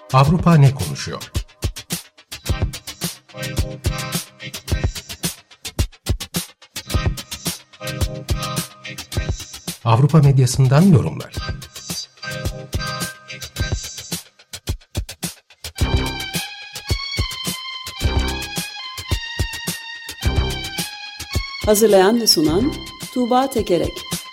Avrupa ne konuşuyor? Avrupa medyasından yorumlar. Hazırlayan ve sunan Tuğba Tekerek.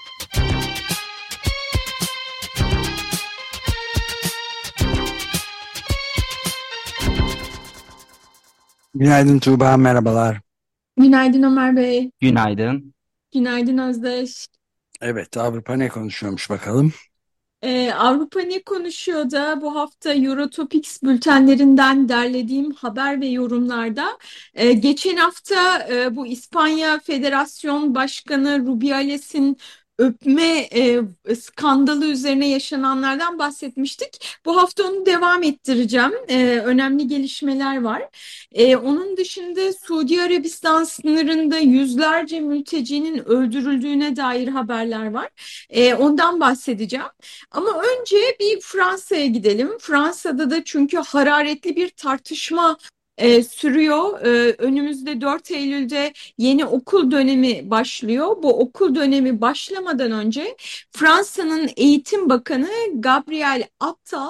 Günaydın Tuğba, merhabalar. Günaydın Ömer Bey. Günaydın. Günaydın Özdeş. Evet, Avrupa ne konuşuyormuş bakalım. Avrupa ne konuşuyor da bu hafta Eurotopics bültenlerinden derlediğim haber ve yorumlarda geçen hafta bu İspanya Federasyon Başkanı Rubiales'in öpme skandalı üzerine yaşananlardan bahsetmiştik. Bu hafta onu devam ettireceğim. Önemli gelişmeler var. Onun dışında Suudi Arabistan sınırında yüzlerce mültecinin öldürüldüğüne dair haberler var. Ondan bahsedeceğim. Ama önce bir Fransa'ya gidelim. Fransa'da da çünkü hararetli bir tartışma sürüyor. Önümüzde 4 Eylül'de yeni okul dönemi başlıyor. Bu okul dönemi başlamadan önce Fransa'nın Eğitim Bakanı Gabriel Attal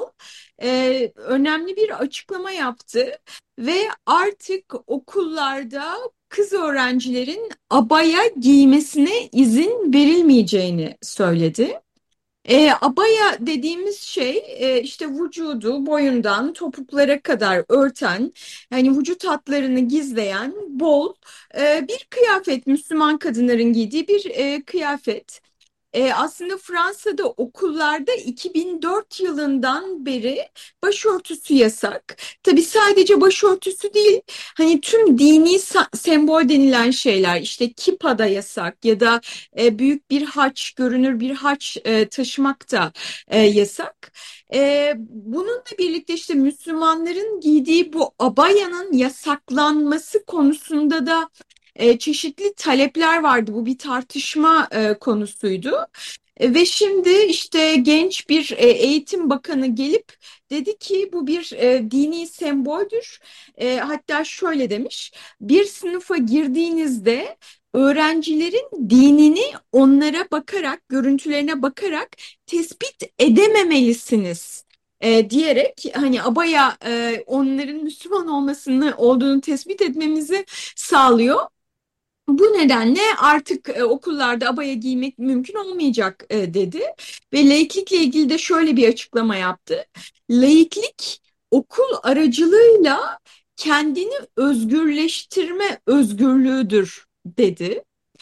önemli bir açıklama yaptı ve artık okullarda kız öğrencilerin abaya giymesine izin verilmeyeceğini söyledi. Abaya dediğimiz şey işte vücudu boyundan topuklara kadar örten, yani vücut hatlarını gizleyen bol bir kıyafet, Müslüman kadınların giydiği bir kıyafet. Aslında Fransa'da okullarda 2004 yılından beri başörtüsü yasak. Tabii sadece başörtüsü değil, hani tüm dini sembol denilen şeyler, işte kipa da yasak ya da büyük bir haç, görünür bir haç taşımak da yasak. Bununla birlikte işte Müslümanların giydiği bu abayanın yasaklanması konusunda da çeşitli talepler vardı. Bu bir tartışma konusuydu. Ve şimdi işte genç bir eğitim bakanı gelip dedi ki bu bir dini semboldür. Hatta şöyle demiş: bir sınıfa girdiğinizde öğrencilerin dinini onlara bakarak, görüntülerine bakarak tespit edememelisiniz. Diyerek hani abaya onların Müslüman olduğunu tespit etmemizi sağlıyor. Bu nedenle artık okullarda abaya giymek mümkün olmayacak dedi ve laiklikle ilgili de şöyle bir açıklama yaptı. Laiklik okul aracılığıyla kendini özgürleştirme özgürlüğüdür dedi.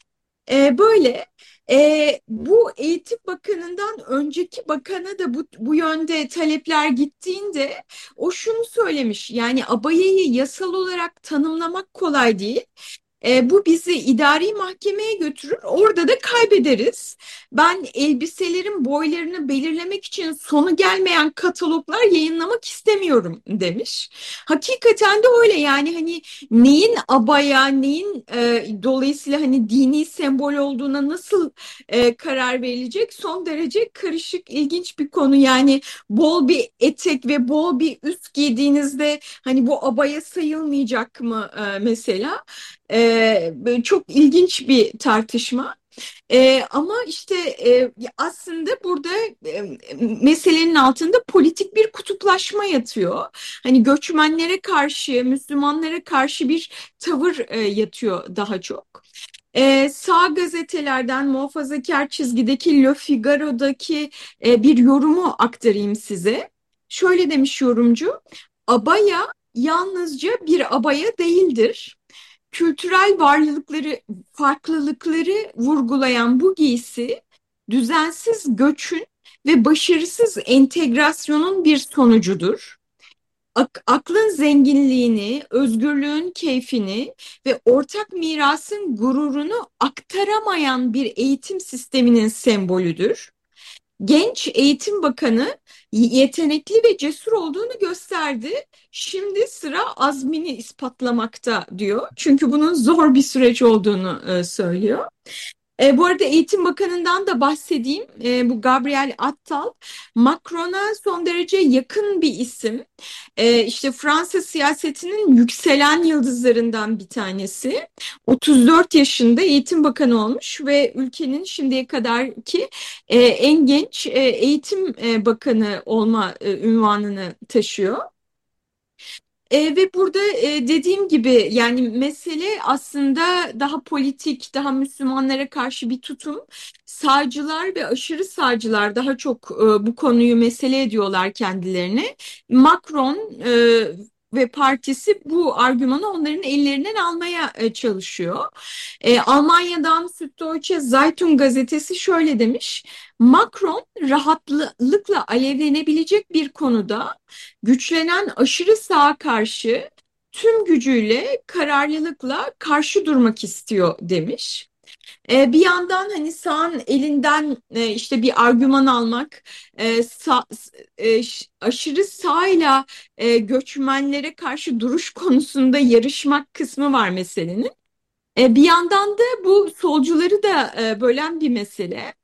Böyle bu Eğitim Bakanı'ndan önceki bakana da bu yönde talepler gittiğinde o şunu söylemiş: yani abayayı yasal olarak tanımlamak kolay değil. Bu bizi idari mahkemeye götürür, orada da kaybederiz. Ben elbiselerin boylarını belirlemek için sonu gelmeyen kataloglar yayınlamak istemiyorum demiş. Hakikaten de öyle, yani hani neyin abaya, neyin dolayısıyla hani dini sembol olduğuna nasıl karar verilecek? Son derece karışık, ilginç bir konu. Yani bol bir etek ve bol bir üst giydiğinizde hani bu abaya sayılmayacak mı mesela? Böyle çok ilginç bir tartışma. Ama işte aslında burada meselenin altında politik bir kutuplaşma yatıyor. Hani göçmenlere karşı, Müslümanlara karşı bir tavır yatıyor daha çok. Sağ gazetelerden muhafazakar çizgideki Le Figaro'daki bir yorumu aktarayım size. Şöyle demiş yorumcu: abaya yalnızca bir abaya değildir. Kültürel farklılıkları vurgulayan bu giysi, düzensiz göçün ve başarısız entegrasyonun bir sonucudur. Aklın zenginliğini, özgürlüğün keyfini ve ortak mirasın gururunu aktaramayan bir eğitim sisteminin sembolüdür. Genç Eğitim Bakanı yetenekli ve cesur olduğunu gösterdi. Şimdi sıra azmini ispatlamakta diyor. Çünkü bunun zor bir süreç olduğunu söylüyor. Bu arada Eğitim Bakanı'ndan da bahsedeyim. Bu Gabriel Attal, Macron'a son derece yakın bir isim. İşte Fransa siyasetinin yükselen yıldızlarından bir tanesi. 34 yaşında Eğitim Bakanı olmuş ve ülkenin şimdiye kadarki en genç Eğitim Bakanı olma ünvanını taşıyor. Ve burada dediğim gibi yani mesele aslında daha politik, daha Müslümanlara karşı bir tutum. Sağcılar ve aşırı sağcılar daha çok bu konuyu mesele ediyorlar kendilerine. Macron ve partisi bu argümanı onların ellerinden almaya çalışıyor. Almanya'dan Süddeutsche Zeitung gazetesi şöyle demiş. Macron rahatlıkla alevlenebilecek bir konuda güçlenen aşırı sağa karşı tüm gücüyle, kararlılıkla karşı durmak istiyor demiş. Bir yandan hani sağın elinden işte bir argüman almak, aşırı sağıyla göçmenlere karşı duruş konusunda yarışmak kısmı var meselenin. Bir yandan da bu solcuları da bölen bir mesele.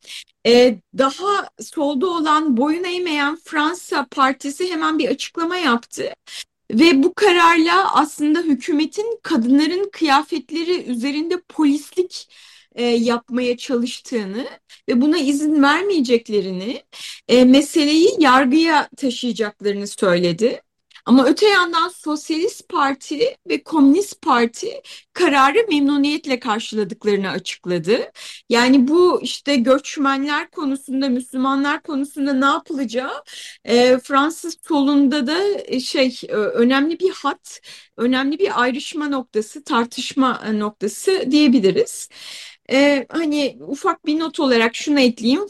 Daha solda olan boyun eğmeyen Fransa Partisi hemen bir açıklama yaptı. Ve bu kararla aslında hükümetin kadınların kıyafetleri üzerinde polislik yapmaya çalıştığını ve buna izin vermeyeceklerini, meseleyi yargıya taşıyacaklarını söyledi. Ama öte yandan Sosyalist Parti ve Komünist Parti kararı memnuniyetle karşıladıklarını açıkladı. Yani bu işte göçmenler konusunda, Müslümanlar konusunda ne yapılacağı Fransız solunda da önemli bir hat, önemli bir ayrışma noktası, tartışma noktası diyebiliriz. Hani ufak bir not olarak şunu ekleyeyim.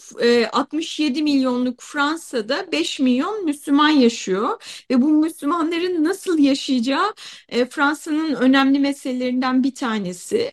67 milyonluk Fransa'da 5 milyon Müslüman yaşıyor ve bu Müslümanların nasıl yaşayacağı Fransa'nın önemli meselelerinden bir tanesi.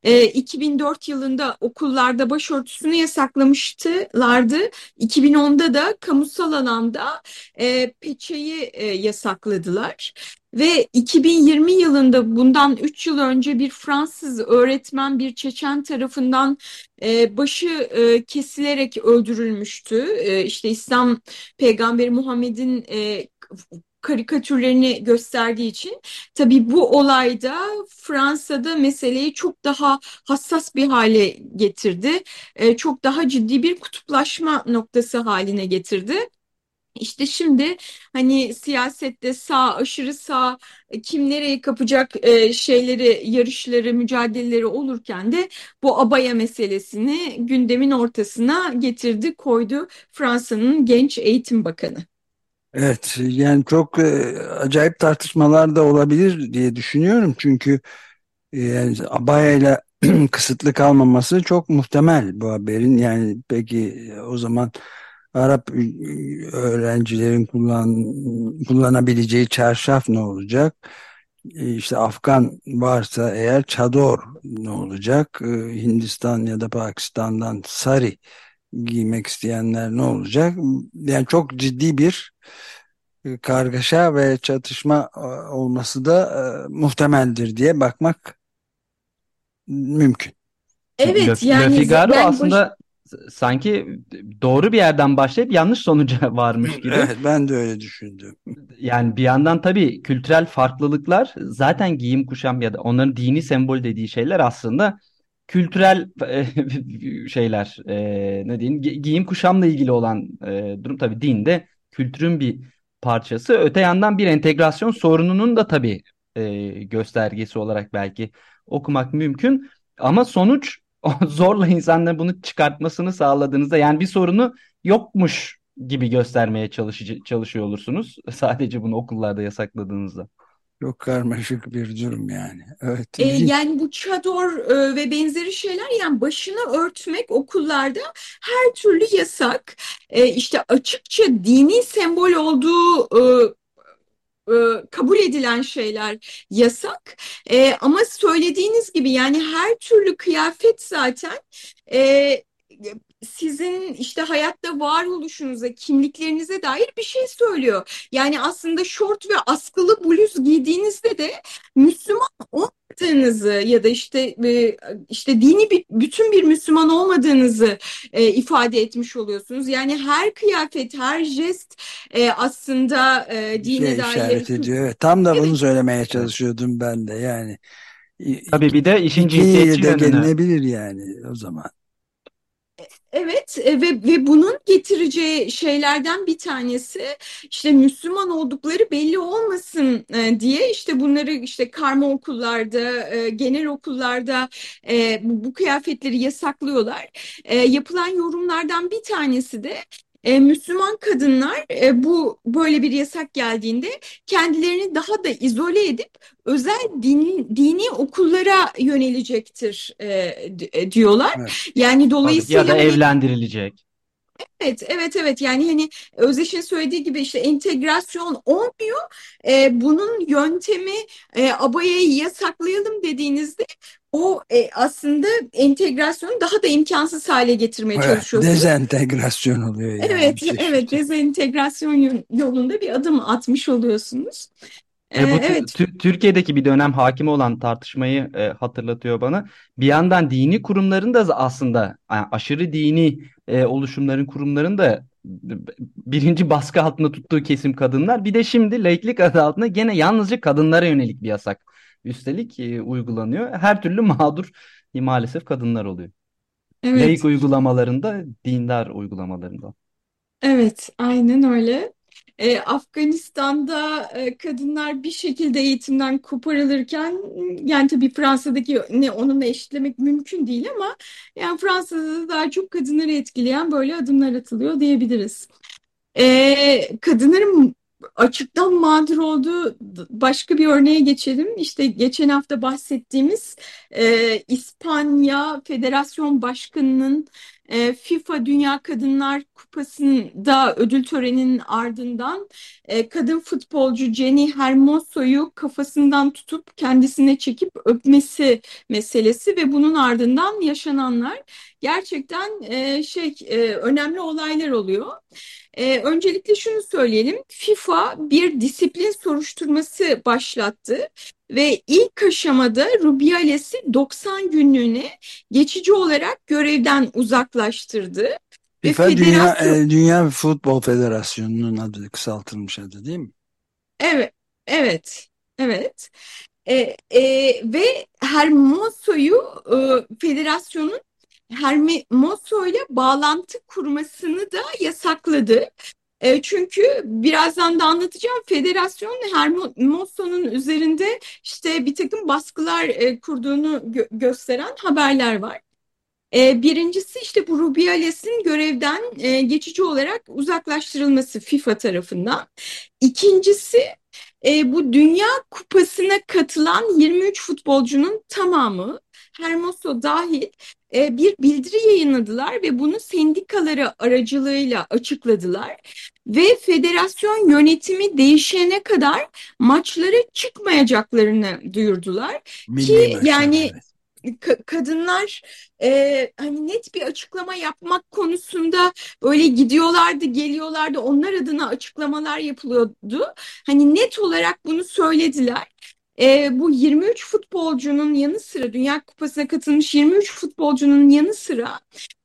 2004 yılında okullarda başörtüsünü yasaklamışlardı. 2010'da da kamusal alanda peçeyi yasakladılar. Ve 2020 yılında bundan 3 yıl önce bir Fransız öğretmen bir Çeçen tarafından başı kesilerek öldürülmüştü. İşte İslam Peygamberi Muhammed'in karikatürlerini gösterdiği için. Tabii bu olayda Fransa'da meseleyi çok daha hassas bir hale getirdi. Çok daha ciddi bir kutuplaşma noktası haline getirdi. İşte şimdi hani siyasette sağ, aşırı sağ kim nereye kapacak şeyleri, yarışları, mücadeleleri olurken de bu abaya meselesini gündemin ortasına getirdi, koydu Fransa'nın genç eğitim bakanı. Evet, yani çok acayip tartışmalar da olabilir diye düşünüyorum. Çünkü yani abayayla kısıtlı kalmaması çok muhtemel bu haberin. Yani peki o zaman Arap öğrencilerin kullanabileceği çarşaf ne olacak? İşte Afgan varsa eğer çador ne olacak? Hindistan ya da Pakistan'dan sari giymek isteyenler ne olacak? Yani çok ciddi bir kargaşa ve çatışma olması da muhtemeldir diye bakmak mümkün. Evet Le yani Figaro yani aslında sanki doğru bir yerden başlayıp yanlış sonuca varmış gibi. Evet, ben de öyle düşündüm. Yani bir yandan tabii kültürel farklılıklar zaten giyim kuşam ya da onların dini sembol dediği şeyler aslında kültürel şeyler, ne diyeyim, giyim kuşamla ilgili olan durum. Tabii din de kültürün bir parçası. Öte yandan bir entegrasyon sorununun da tabii göstergesi olarak belki okumak mümkün. Ama sonuç zorla insanların bunu çıkartmasını sağladığınızda, yani bir sorunu yokmuş gibi göstermeye çalışıyor olursunuz. Sadece bunu okullarda yasakladığınızda. Çok karmaşık bir durum yani. Evet, ilginç. Yani bu çadır ve benzeri şeyler yani başını örtmek okullarda her türlü yasak. İşte açıkça dini sembol olduğu kabul edilen şeyler yasak. Ama söylediğiniz gibi yani her türlü kıyafet zaten e, sizin işte hayatta varoluşunuza, kimliklerinize dair bir şey söylüyor. Yani aslında şort ve askılı bluz giydiğinizde de Müslüman olmadığınızı ya da işte dini bütün bir Müslüman olmadığınızı ifade etmiş oluyorsunuz. Yani her kıyafet, her jest aslında dine dair. işaret ediyor. Evet, tam da bunu Evet, söylemeye Evet. çalışıyordum ben de. Yani Tabii bir de işin ikiye cinsiyetçi de yönünü. gelinebilir yani o zaman. evet, ve bunun getireceği şeylerden bir tanesi işte Müslüman oldukları belli olmasın diye işte bunları işte karma okullarda, genel okullarda bu kıyafetleri yasaklıyorlar. Yapılan yorumlardan bir tanesi de Müslüman kadınlar bu böyle bir yasak geldiğinde kendilerini daha da izole edip özel dini okullara yönelecektir diyorlar. Evet. Yani Tabii ya da dolayısıyla hani evlendirilecek. evet, yani hani Özdeş'in söylediği gibi işte entegrasyon olmuyor. Bunun yöntemi abayayı yasaklayalım dediğinizde o aslında entegrasyonu daha da imkansız hale getirmeye Evet, çalışıyorsunuz. dezentegrasyon oluyor yani bir Evet, çeşit. dezentegrasyon yolunda bir adım atmış oluyorsunuz. Bu Evet. Türkiye'deki bir dönem hakim olan tartışmayı hatırlatıyor bana. Bir yandan dini kurumların da aslında yani aşırı dini oluşumların kurumların da birinci baskı altında tuttuğu kesim kadınlar. Bir de şimdi laiklik adı altında gene yalnızca kadınlara yönelik bir yasak. Üstelik uygulanıyor. Her türlü mağdur maalesef kadınlar oluyor. Laik Evet. uygulamalarında, dindar uygulamalarında. Evet, aynen öyle. Afganistan'da kadınlar bir şekilde eğitimden koparılırken yani tabii Fransa'daki ne onunla eşitlemek mümkün değil ama yani Fransa'da da daha çok kadınları etkileyen böyle adımlar atılıyor diyebiliriz. Kadınların açıktan mağdur olduğu başka bir örneğe geçelim. İşte geçen hafta bahsettiğimiz İspanya Federasyon Başkanı'nın FIFA Dünya Kadınlar Kupası'nda ödül töreninin ardından kadın futbolcu Jenny Hermoso'yu kafasından tutup kendisine çekip öpmesi meselesi ve bunun ardından yaşananlar gerçekten önemli olaylar oluyor. Öncelikle şunu söyleyelim. FIFA bir disiplin soruşturması başlattı ve ilk aşamada Rubiales'i 90 günlüğüne geçici olarak görevden uzaklaştırdı ve FIFA federasyon. Dünya Futbol Federasyonu'nun adı, kısaltılmış adı değil mi? Evet, evet, evet. Ve Hermoso'yu federasyonun Hermoso ile bağlantı kurmasını da yasakladı. Çünkü birazdan da anlatacağım federasyon Hermoso'nun üzerinde işte bir takım baskılar kurduğunu gösteren haberler var. Birincisi işte bu Rubiales'in görevden geçici olarak uzaklaştırılması FIFA tarafından. İkincisi bu Dünya Kupası'na katılan 23 futbolcunun tamamı Hermoso dahil bir bildiri yayınladılar ve bunu sendikaları aracılığıyla açıkladılar. Ve federasyon yönetimi değişene kadar maçlara çıkmayacaklarını duyurdular. Milli Ki maçlar, yani evet. kadınlar hani net bir açıklama yapmak konusunda öyle gidiyorlardı, geliyorlardı. Onlar adına açıklamalar yapılıyordu. Hani net olarak bunu söylediler. Bu 23 futbolcunun yanı sıra Dünya Kupası'na katılmış 23 futbolcunun yanı sıra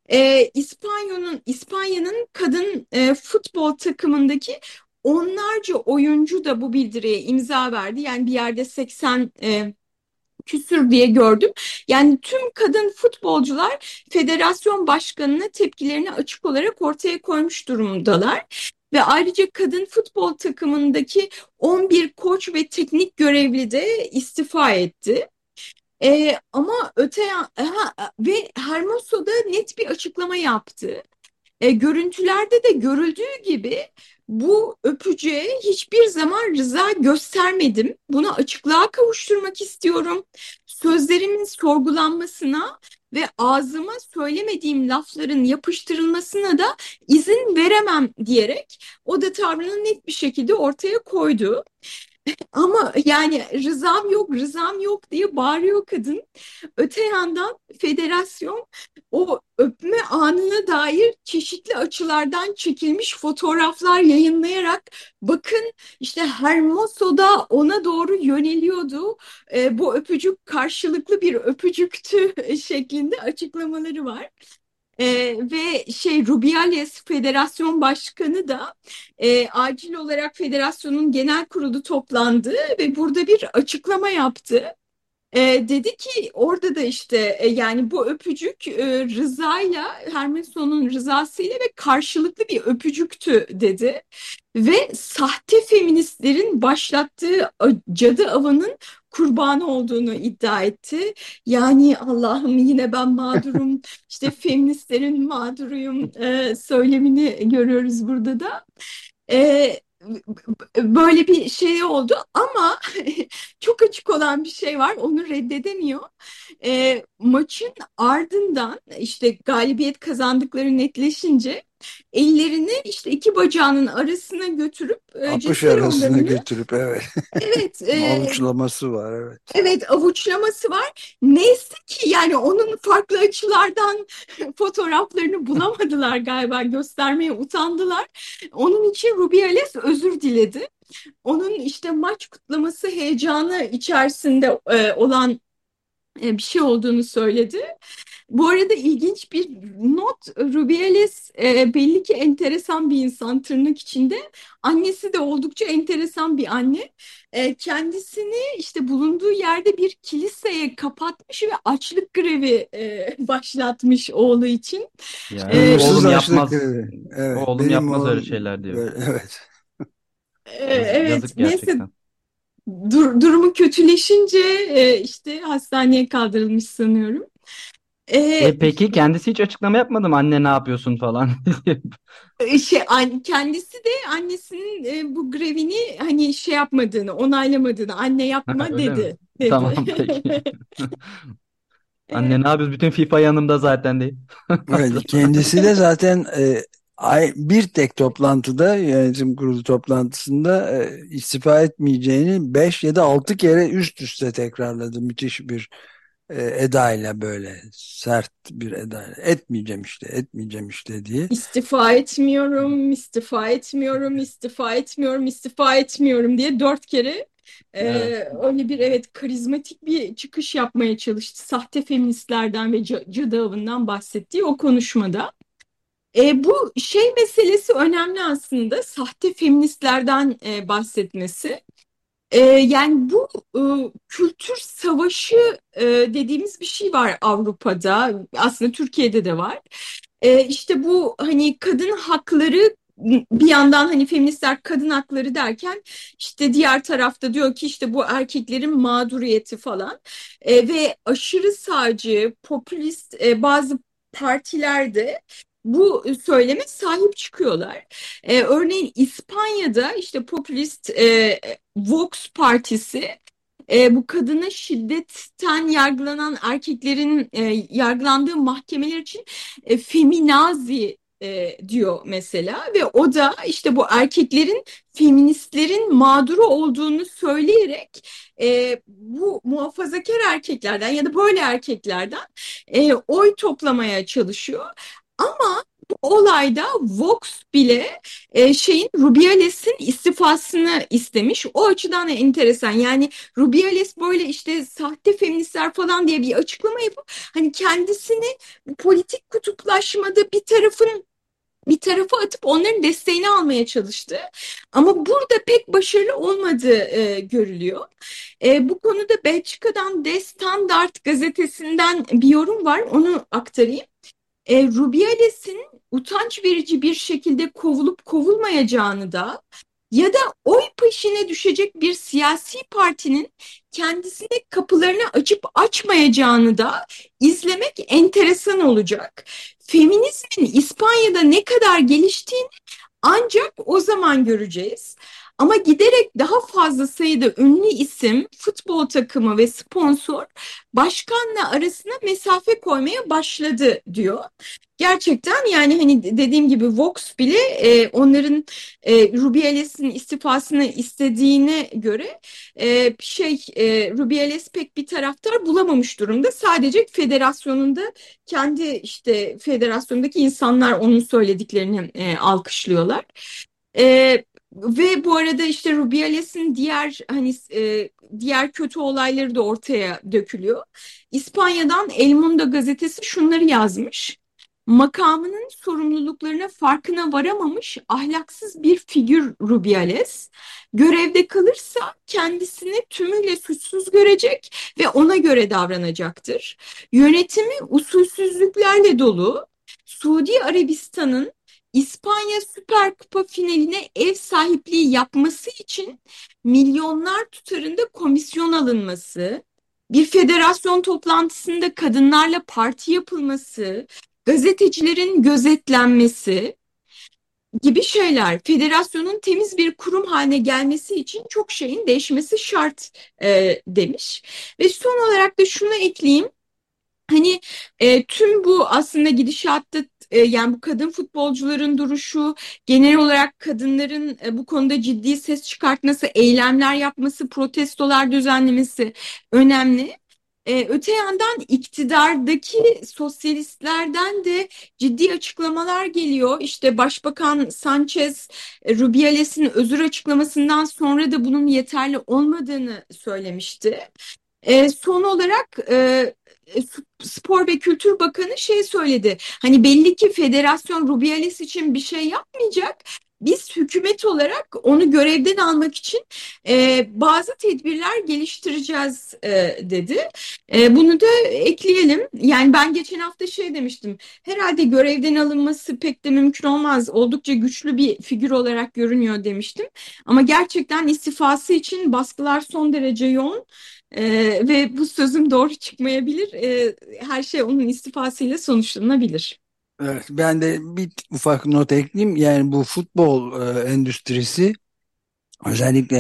İspanya'nın kadın futbol takımındaki onlarca oyuncu da bu bildiriye imza verdi. Yani bir yerde 80 küsür diye gördüm. Yani tüm kadın futbolcular federasyon başkanına tepkilerini açık olarak ortaya koymuş durumdalar. Ve ayrıca kadın futbol takımındaki 11 koç ve teknik görevli de istifa etti. Ama ve Hermoso da net bir açıklama yaptı. Görüntülerde de görüldüğü gibi bu öpücüğe hiçbir zaman rıza göstermedim. Bunu açıklığa kavuşturmak istiyorum. Sözlerimin sorgulanmasına ve ağzıma söylemediğim lafların yapıştırılmasına da izin veremem diyerek o da tavrını net bir şekilde ortaya koydu. Ama yani rızam yok, rızam yok diye bağırıyor kadın. Öte yandan federasyon o öpme anına dair çeşitli açılardan çekilmiş fotoğraflar yayınlayarak bakın işte Hermoso da ona doğru yöneliyordu. Bu öpücük karşılıklı bir öpücüktü şeklinde açıklamaları var. Ve Rubiales Federasyon Başkanı da acil olarak federasyonun genel kurulu toplandı ve burada bir açıklama yaptı. Dedi ki orada da işte yani bu öpücük rızayla Hermeson'un rızasıyla ve karşılıklı bir öpücüktü dedi. Ve sahte feministlerin başlattığı cadı avının kurbanı olduğunu iddia etti. Yani Allah'ım yine ben mağdurum, işte feministlerin mağduruyum söylemini görüyoruz burada da. E, Böyle bir şey oldu ama çok açık olan bir şey var, onu reddedemiyor. Maçın ardından işte galibiyet kazandıkları netleşince ellerini işte iki bacağının arasına götürüp Apış cep arasına telefonlarını, götürüp evet. evet, Avuçlaması var, evet. evet, avuçlaması var. Neyse ki yani onun farklı açılardan fotoğraflarını bulamadılar galiba, göstermeye utandılar. Onun için Rubiales özür diledi. Onun işte maç kutlaması heyecanı içerisinde olan bir şey olduğunu söyledi. Bu arada ilginç bir not, Rubiales belli ki enteresan bir insan tırnak içinde. Annesi de oldukça enteresan bir anne. Kendisini işte bulunduğu yerde bir kiliseye kapatmış ve açlık grevi başlatmış oğlu için. Ya Sınırsız oğlum açlık yapmaz. grevi. Evet, Oğlum benim yapmaz öyle oğlum şeyler diyor. böyle, evet. Evet, Yazık neyse, gerçekten. durumu kötüleşince işte hastaneye kaldırılmış sanıyorum. E, Peki kendisi hiç açıklama yapmadı mı? Anne ne yapıyorsun falan diye. Kendisi de annesinin bu grevini hani şey yapmadığını, onaylamadığını, anne Ha, yapma öyle mi? dedi. Tamam peki. E, Anne ne yapıyoruz? Bütün FIFA yanımda zaten değil. Evet, kendisi de zaten bir tek toplantıda, yönetim kurulu toplantısında istifa etmeyeceğini 5 ya da 6 kere üst üste tekrarladı. Müthiş bir edayla, böyle sert bir edayla. Etmeyeceğim işte, etmeyeceğim işte diye. istifa etmiyorum, istifa etmiyorum, istifa etmiyorum, istifa etmiyorum diye 4 kere Evet. öyle bir, evet, karizmatik bir çıkış yapmaya çalıştı. Sahte feministlerden ve cadı avından bahsettiği o konuşmada. Bu meselesi önemli aslında, sahte feministlerden bahsetmesi. Yani bu kültür savaşı dediğimiz bir şey var Avrupa'da, aslında Türkiye'de de var. İşte bu hani kadın hakları, bir yandan hani feministler kadın hakları derken işte diğer tarafta diyor ki işte bu erkeklerin mağduriyeti falan. Ve aşırı sağcı, popülist bazı partilerde bu söyleme sahip çıkıyorlar. Örneğin İspanya'da işte popülist Vox Partisi bu kadına şiddetten yargılanan erkeklerin yargılandığı mahkemeler için feminazi diyor mesela, ve o da işte bu erkeklerin, feministlerin mağduru olduğunu söyleyerek bu muhafazakar erkeklerden ya da böyle erkeklerden oy toplamaya çalışıyor. Ama bu olayda Vox bile Rubiales'in istifasını istemiş. O açıdan da enteresan. Yani Rubiales böyle işte sahte feministler falan diye bir açıklama yapıp hani kendisini bu politik kutuplaşmada bir tarafa atıp onların desteğini almaya çalıştı. Ama burada pek başarılı olmadığı görülüyor. Bu konuda Belçika'dan De Standaard gazetesinden bir yorum var. Onu aktarayım. Rubiales'in utanç verici bir şekilde kovulup kovulmayacağını da, ya da oy peşine düşecek bir siyasi partinin kendisine kapılarını açıp açmayacağını da izlemek enteresan olacak. Feminizmin İspanya'da ne kadar geliştiğini ancak o zaman göreceğiz. Ama giderek daha fazla sayıda ünlü isim, futbol takımı ve sponsor başkanla arasına mesafe koymaya başladı diyor. Gerçekten yani hani dediğim gibi Vox bile onların Rubiales'in istifasını istediğine göre Rubiales pek bir taraftar bulamamış durumda. Sadece federasyonunda kendi işte federasyondaki insanlar onun söylediklerini alkışlıyorlar. Ve bu arada işte Rubiales'in diğer kötü olayları da ortaya dökülüyor. İspanya'dan El Mundo gazetesi şunları yazmış: makamının sorumluluklarına farkına varamamış ahlaksız bir figür Rubiales. Görevde kalırsa kendisini tümüyle suçsuz görecek ve ona göre davranacaktır. Yönetimi usulsüzlüklerle dolu. Suudi Arabistan'ın İspanya Süper Kupa finaline ev sahipliği yapması için milyonlar tutarında komisyon alınması, bir federasyon toplantısında kadınlarla parti yapılması, gazetecilerin gözetlenmesi gibi şeyler, federasyonun temiz bir kurum haline gelmesi için çok şeyin değişmesi şart demiş. Ve son olarak da şunu ekleyeyim. Hani tüm bu aslında gidişatta yani bu kadın futbolcuların duruşu, genel olarak kadınların bu konuda ciddi ses çıkartması, eylemler yapması, protestolar düzenlemesi önemli. Öte yandan iktidardaki sosyalistlerden de ciddi açıklamalar geliyor. İşte Başbakan Sanchez, Rubiales'in özür açıklamasından sonra da bunun yeterli olmadığını söylemişti. Son olarak Spor ve Kültür Bakanı söyledi. Hani belli ki federasyon Rubiales için bir şey yapmayacak. Biz hükümet olarak onu görevden almak için bazı tedbirler geliştireceğiz dedi. Bunu da ekleyelim. Yani ben geçen hafta demiştim. Herhalde görevden alınması pek de mümkün olmaz. Oldukça güçlü bir figür olarak görünüyor demiştim. Ama gerçekten istifası için baskılar son derece yoğun. Ve bu sözüm doğru çıkmayabilir. Her şey onun istifasıyla sonuçlanabilir. Evet, ben de bir ufak not ekleyeyim. Yani bu futbol endüstrisi özellikle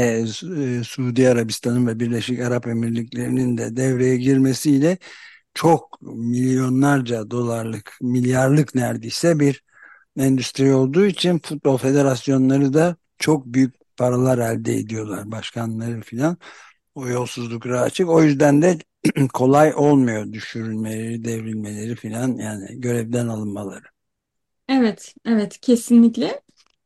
Suudi Arabistan'ın ve Birleşik Arap Emirlikleri'nin de devreye girmesiyle çok milyonlarca dolarlık, milyarlık neredeyse bir endüstri olduğu için futbol federasyonları da çok büyük paralar elde ediyorlar. Başkanları filan o yolsuzluklara açık. O yüzden de kolay olmuyor düşürülmeleri, devrilmeleri filan, yani görevden alınmaları. Evet, evet, kesinlikle.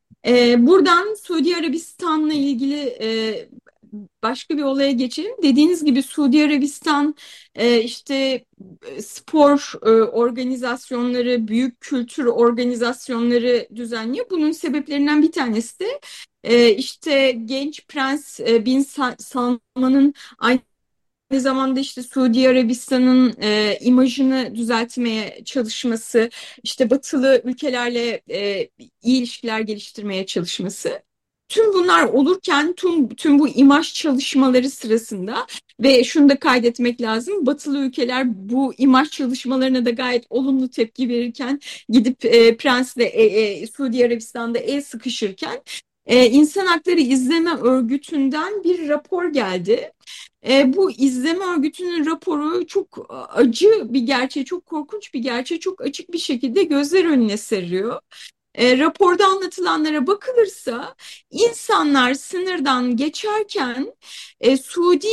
Buradan Suudi Arabistan'la ilgili başka bir olaya geçelim. Dediğiniz gibi Suudi Arabistan işte spor organizasyonları, büyük kültür organizasyonları düzenliyor. Bunun sebeplerinden bir tanesi de işte genç Prens Bin Salman'ın aynı zamanda işte Suudi Arabistan'ın imajını düzeltmeye çalışması, işte batılı ülkelerle iyi ilişkiler geliştirmeye çalışması. Tüm bunlar olurken tüm bu imaj çalışmaları sırasında ve şunu da kaydetmek lazım. Batılı ülkeler bu imaj çalışmalarına da gayet olumlu tepki verirken gidip Prens'le Suudi Arabistan'da el sıkışırken İnsan Hakları İzleme Örgütü'nden bir rapor geldi. Bu izleme örgütünün raporu çok acı bir gerçeği, çok korkunç bir gerçeği çok açık bir şekilde gözler önüne seriyor. Raporda anlatılanlara bakılırsa insanlar sınırdan geçerken Suudi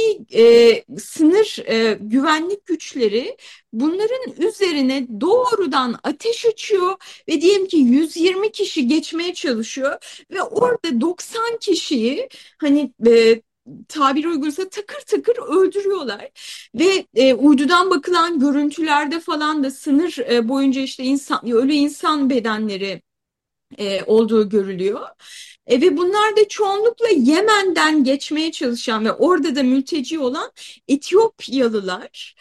sınır güvenlik güçleri bunların üzerine doğrudan ateş açıyor ve diyelim ki 120 kişi geçmeye çalışıyor ve orada 90 kişiyi hani tabiri uygunsa takır takır öldürüyorlar ve uydudan bakılan görüntülerde falan da sınır boyunca işte ölü insan bedenleri olduğu görülüyor. Ve bunlar da çoğunlukla Yemen'den geçmeye çalışan ve orada da mülteci olan Etiyopyalılar.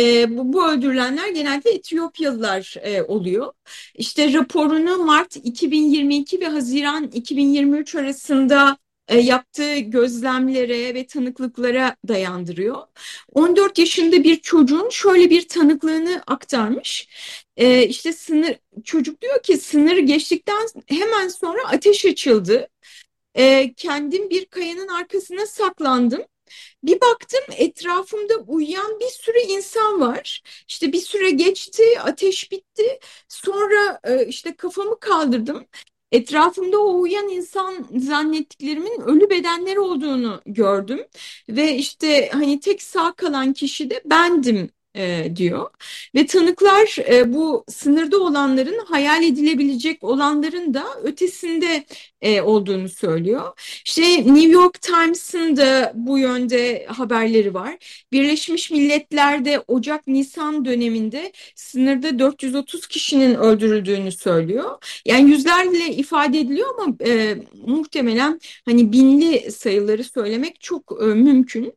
Bu öldürülenler genelde Etiyopyalılar oluyor. İşte raporunu Mart 2022 ve Haziran 2023 arasında yaptığı gözlemlere ve tanıklıklara dayandırıyor. 14 yaşında bir çocuğun şöyle bir tanıklığını aktarmış. İşte çocuk diyor ki sınırı geçtikten hemen sonra ateş açıldı. Kendim bir kayanın arkasına saklandım. Bir baktım etrafımda uyuyan bir sürü insan var. İşte bir süre geçti, ateş bitti. Sonra işte kafamı kaldırdım. Etrafımda o uyuyan insan zannettiklerimin ölü bedenler olduğunu gördüm. Ve işte hani tek sağ kalan kişi de bendim diyor. Ve tanıklar bu sınırda olanların hayal edilebilecek olanların da ötesinde olduğunu söylüyor. İşte New York Times'ın da bu yönde haberleri var. Birleşmiş Milletler'de Ocak-Nisan döneminde sınırda 430 kişinin öldürüldüğünü söylüyor. Yani yüzlerle ifade ediliyor ama muhtemelen hani binli sayıları söylemek çok mümkün.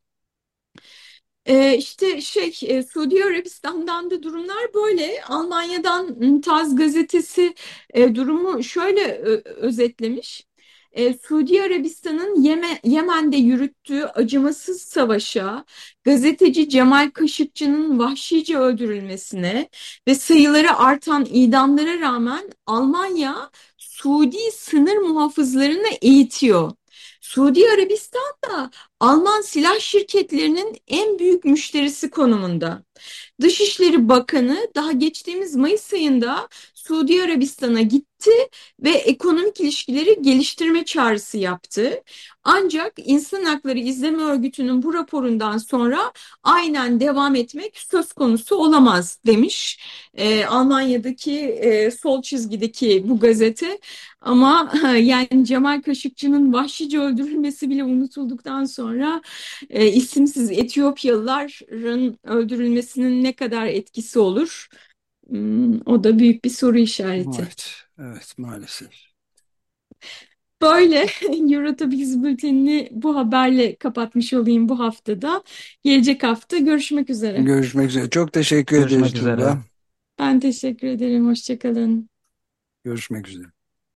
İşte Suudi Arabistan'dan da durumlar böyle. Almanya'dan Taz gazetesi durumu şöyle özetlemiş. Suudi Arabistan'ın Yemen'de yürüttüğü acımasız savaşa, gazeteci Cemal Kaşıkçı'nın vahşice öldürülmesine ve sayıları artan idamlara rağmen Almanya Suudi sınır muhafızlarını eğitiyor. Suudi Arabistan da Alman silah şirketlerinin en büyük müşterisi konumunda. Dışişleri Bakanı daha geçtiğimiz Mayıs ayında Suudi Arabistan'a gitti ve ekonomik ilişkileri geliştirme çağrısı yaptı. Ancak İnsan Hakları İzleme Örgütü'nün bu raporundan sonra aynen devam etmek söz konusu olamaz demiş. Almanya'daki sol çizgideki bu gazete. Ama yani Cemal Kaşıkçı'nın vahşice öldürülmesi bile unutulduktan sonra isimsiz Etiyopyalıların öldürülmesinin ne kadar etkisi olur? O da büyük bir soru işareti. Evet, evet maalesef. Böyle Eurotopics bültenini bu haberle kapatmış olayım bu haftada. Gelecek hafta görüşmek üzere. Görüşmek üzere. Çok teşekkür ederiz Görüşmek üzere. Tuğba. Ben teşekkür ederim. Hoşça kalın. Görüşmek üzere.